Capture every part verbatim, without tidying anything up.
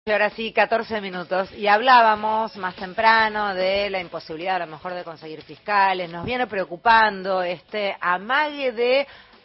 Ahora sí, catorce minutos, y hablábamos más temprano de la imposibilidad a lo mejor de conseguir fiscales. Nos viene preocupando este amague de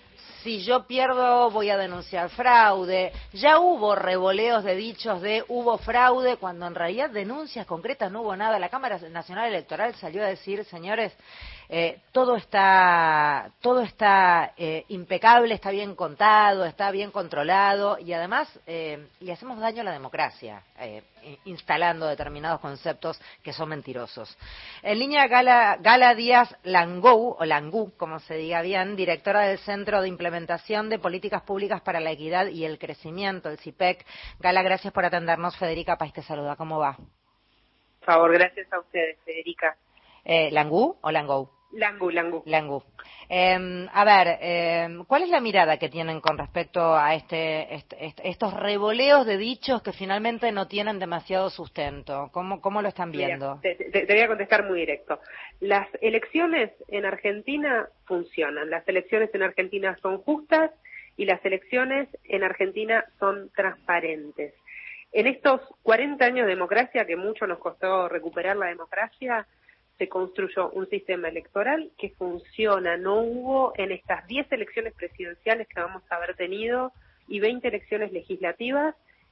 si yo pierdo voy a denunciar fraude. Ya hubo revoleos de dichos de hubo fraude, cuando en realidad denuncias concretas no hubo nada. La Cámara Nacional Electoral salió a decir, señores, eh, todo está todo está eh, impecable, está bien contado, está bien controlado, y además eh, le hacemos daño a la democracia eh, instalando determinados conceptos que son mentirosos. En línea Gala, Gala Díaz Langou, o Langú, como se diga bien, directora del Centro de Implementación de Políticas Públicas para la Equidad y el Crecimiento, el CIPEC. Gala, gracias por atendernos. Federica País te saluda. ¿Cómo va? Por favor, gracias a ustedes, Federica. Eh, ¿Langú o Langou? Langú, Langú. Langú. Eh, a ver, eh, ¿cuál es la mirada que tienen con respecto a este, este, este, estos revoleos de dichos que finalmente no tienen demasiado sustento? ¿Cómo, cómo lo están viendo? Mira, te, te, te voy a contestar muy directo. Las elecciones en Argentina funcionan. Las elecciones en Argentina son justas y las elecciones en Argentina son transparentes. En estos cuarenta años de democracia, que mucho nos costó recuperar la democracia, se construyó un sistema electoral que funciona. No hubo en estas diez elecciones presidenciales que vamos a haber tenido y veinte elecciones legislativas,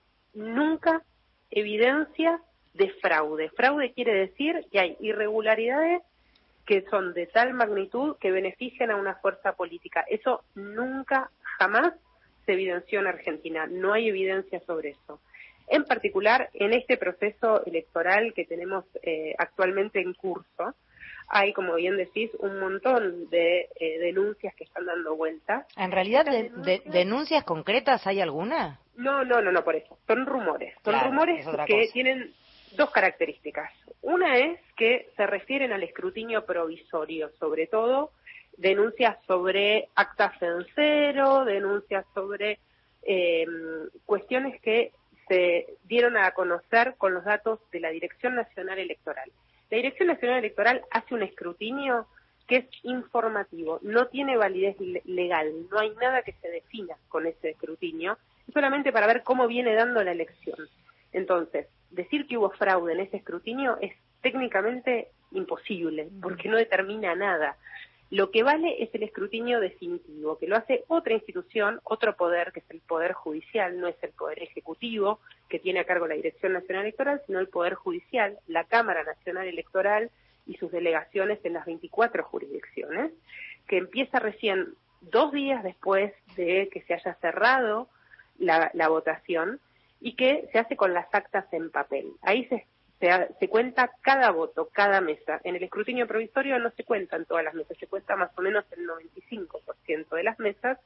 nunca evidencia de fraude. Fraude quiere decir que hay irregularidades que son de tal magnitud que benefician a una fuerza política. Eso nunca, jamás se evidenció en Argentina. No hay evidencia sobre eso. En particular, en este proceso electoral que tenemos eh, actualmente en curso, hay, como bien decís, un montón de eh, denuncias que están dando vueltas. ¿En realidad de, denuncias... de, denuncias concretas hay alguna? No, no, no, no, por eso. Son rumores. Son Claro, rumores que cosa. tienen dos características. Una es que se refieren al escrutinio provisorio, sobre todo denuncias sobre actas en cero, denuncias sobre eh, cuestiones que se dieron a conocer con los datos de la Dirección Nacional Electoral. La Dirección Nacional Electoral hace un escrutinio que es informativo, no tiene validez legal, no hay nada que se defina con ese escrutinio, solamente para ver cómo viene dando la elección. Entonces, decir que hubo fraude en ese escrutinio es técnicamente imposible, porque no determina nada. Lo que vale es el escrutinio definitivo, que lo hace otra institución, otro poder, que es el Poder Judicial, no es el Poder Ejecutivo, que tiene a cargo la Dirección Nacional Electoral, sino el Poder Judicial, la Cámara Nacional Electoral y sus delegaciones en las veinticuatro jurisdicciones, que empieza recién dos días después de que se haya cerrado la, la votación y que se hace con las actas en papel. Ahí se Se, se cuenta cada voto, cada mesa. En el escrutinio provisorio no se cuentan todas las mesas, se cuenta más o menos el noventa y cinco por ciento de las mesas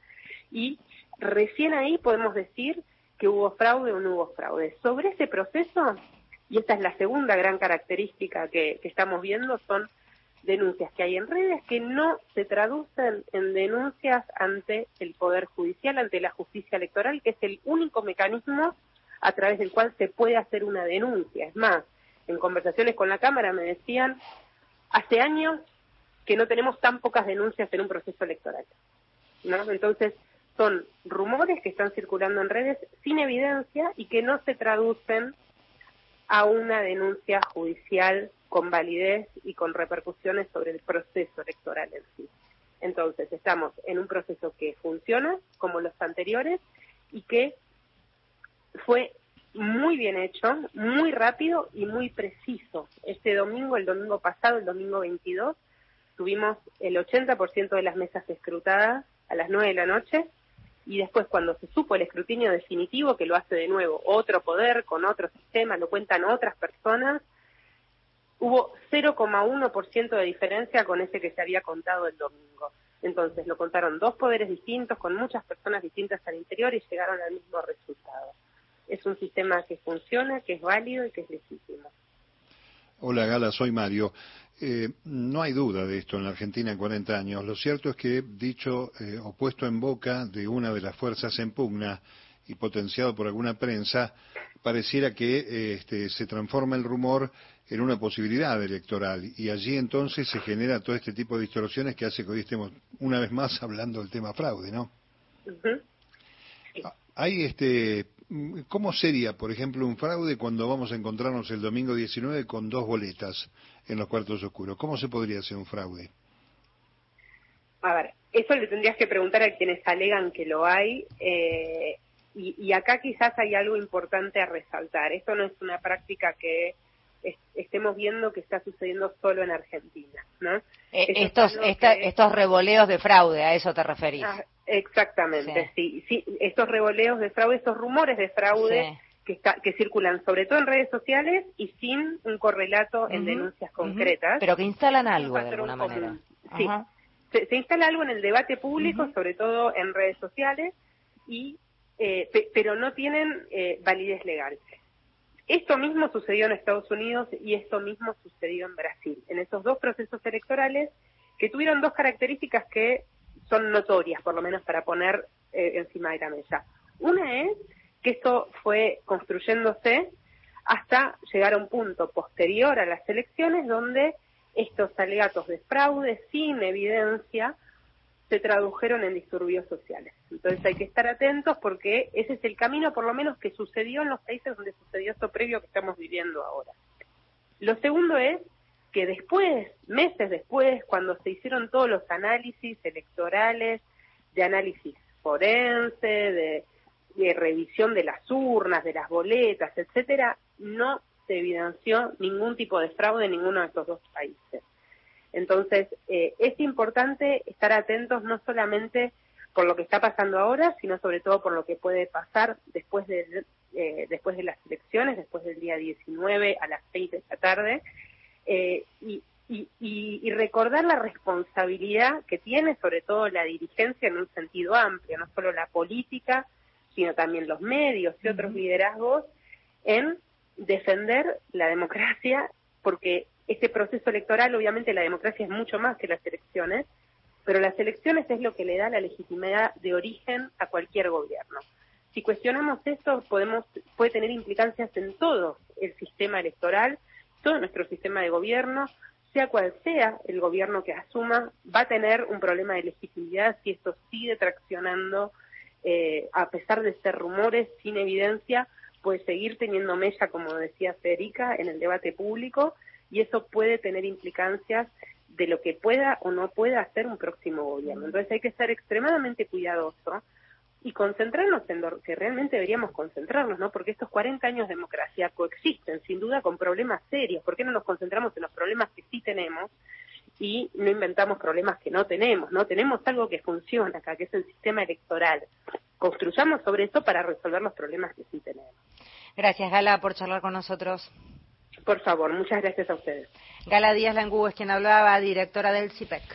y recién ahí podemos decir que hubo fraude o no hubo fraude. Sobre ese proceso, y esta es la segunda gran característica que, que estamos viendo, son denuncias que hay en redes que no se traducen en denuncias ante el Poder Judicial, ante la justicia electoral, que es el único mecanismo a través del cual se puede hacer una denuncia. Es más, en conversaciones con la Cámara me decían, hace años que no tenemos tan pocas denuncias en un proceso electoral, ¿no? Entonces, son rumores que están circulando en redes sin evidencia y que no se traducen a una denuncia judicial con validez y con repercusiones sobre el proceso electoral en sí. Entonces, estamos en un proceso que funciona, como los anteriores, y que fue muy bien hecho, muy rápido y muy preciso. Este domingo, el domingo pasado, el domingo veintidós, tuvimos el ochenta por ciento de las mesas escrutadas a las nueve de la noche, y después cuando se supo el escrutinio definitivo, que lo hace de nuevo otro poder, con otro sistema, lo cuentan otras personas, hubo cero coma uno por ciento de diferencia con ese que se había contado el domingo. Entonces lo contaron dos poderes distintos, con muchas personas distintas al interior, y llegaron al mismo resultado. Es un sistema que funciona, que es válido y que es legítimo. Hola Gala, soy Mario. Eh, no hay duda de esto en la Argentina en cuarenta años. Lo cierto es que, dicho eh, o puesto en boca de una de las fuerzas en pugna y potenciado por alguna prensa, pareciera que eh, este, se transforma el rumor en una posibilidad electoral, y allí entonces se genera todo este tipo de distorsiones que hace que hoy estemos una vez más hablando del tema fraude, ¿no? Uh-huh. Sí. Hay este ¿cómo sería, por ejemplo, un fraude cuando vamos a encontrarnos el domingo diecinueve con dos boletas en los cuartos oscuros? ¿Cómo se podría hacer un fraude? A ver, eso le tendrías que preguntar a quienes alegan que lo hay, eh, y, y acá quizás hay algo importante a resaltar. Esto no es una práctica que es, estemos viendo que está sucediendo solo en Argentina, ¿no? Eh, estos esta, que... estos revoleos de fraude, ¿a eso te referís? Ah, exactamente, sí. sí. sí. Estos revoleos de fraude, estos rumores de fraude sí. que, está, que circulan sobre todo en redes sociales y sin un correlato uh-huh, en denuncias concretas. Uh-huh. Pero que instalan algo de alguna común. manera. Sí. Uh-huh. Se, se instala algo en el debate público, uh-huh. sobre todo en redes sociales, y eh, pe, pero no tienen eh, validez legal. Esto mismo sucedió en Estados Unidos y esto mismo sucedió en Brasil, en esos dos procesos electorales que tuvieron dos características que son notorias, por lo menos para poner eh, encima de la mesa. Una es que esto fue construyéndose hasta llegar a un punto posterior a las elecciones donde estos alegatos de fraude sin evidencia se tradujeron en disturbios sociales. Entonces hay que estar atentos porque ese es el camino, por lo menos, que sucedió en los países donde sucedió esto previo que estamos viviendo ahora. Lo segundo es que después, meses después, cuando se hicieron todos los análisis electorales, de análisis forense, de, de revisión de las urnas, de las boletas, etcétera, no se evidenció ningún tipo de fraude en ninguno de estos dos países. Entonces, eh, es importante estar atentos no solamente por lo que está pasando ahora, sino sobre todo por lo que puede pasar después de, eh, después de las elecciones, después del día diecinueve a las seis de la tarde, eh, y, y, y, y recordar la responsabilidad que tiene sobre todo la dirigencia en un sentido amplio, no solo la política, sino también los medios y otros liderazgos, en defender la democracia, porque este proceso electoral, obviamente la democracia es mucho más que las elecciones, pero las elecciones es lo que le da la legitimidad de origen a cualquier gobierno. Si cuestionamos esto, podemos, puede tener implicancias en todo el sistema electoral, todo nuestro sistema de gobierno, sea cual sea el gobierno que asuma, va a tener un problema de legitimidad si esto sigue traccionando, eh, a pesar de ser rumores sin evidencia, puede seguir teniendo mella, como decía Federica, en el debate público, y eso puede tener implicancias de lo que pueda o no pueda hacer un próximo gobierno. Entonces hay que estar extremadamente cuidadoso y concentrarnos en lo que realmente deberíamos concentrarnos, ¿no? Porque estos cuarenta años de democracia coexisten, sin duda, con problemas serios. ¿Por qué no nos concentramos en los problemas que sí tenemos y no inventamos problemas que no tenemos, ¿no? Tenemos algo que funciona acá, que es el sistema electoral. Construyamos sobre eso para resolver los problemas que sí tenemos. Gracias, Gala, por charlar con nosotros. Por favor, muchas gracias a ustedes. Gala Díaz Langú es quien hablaba, directora del C I P E C.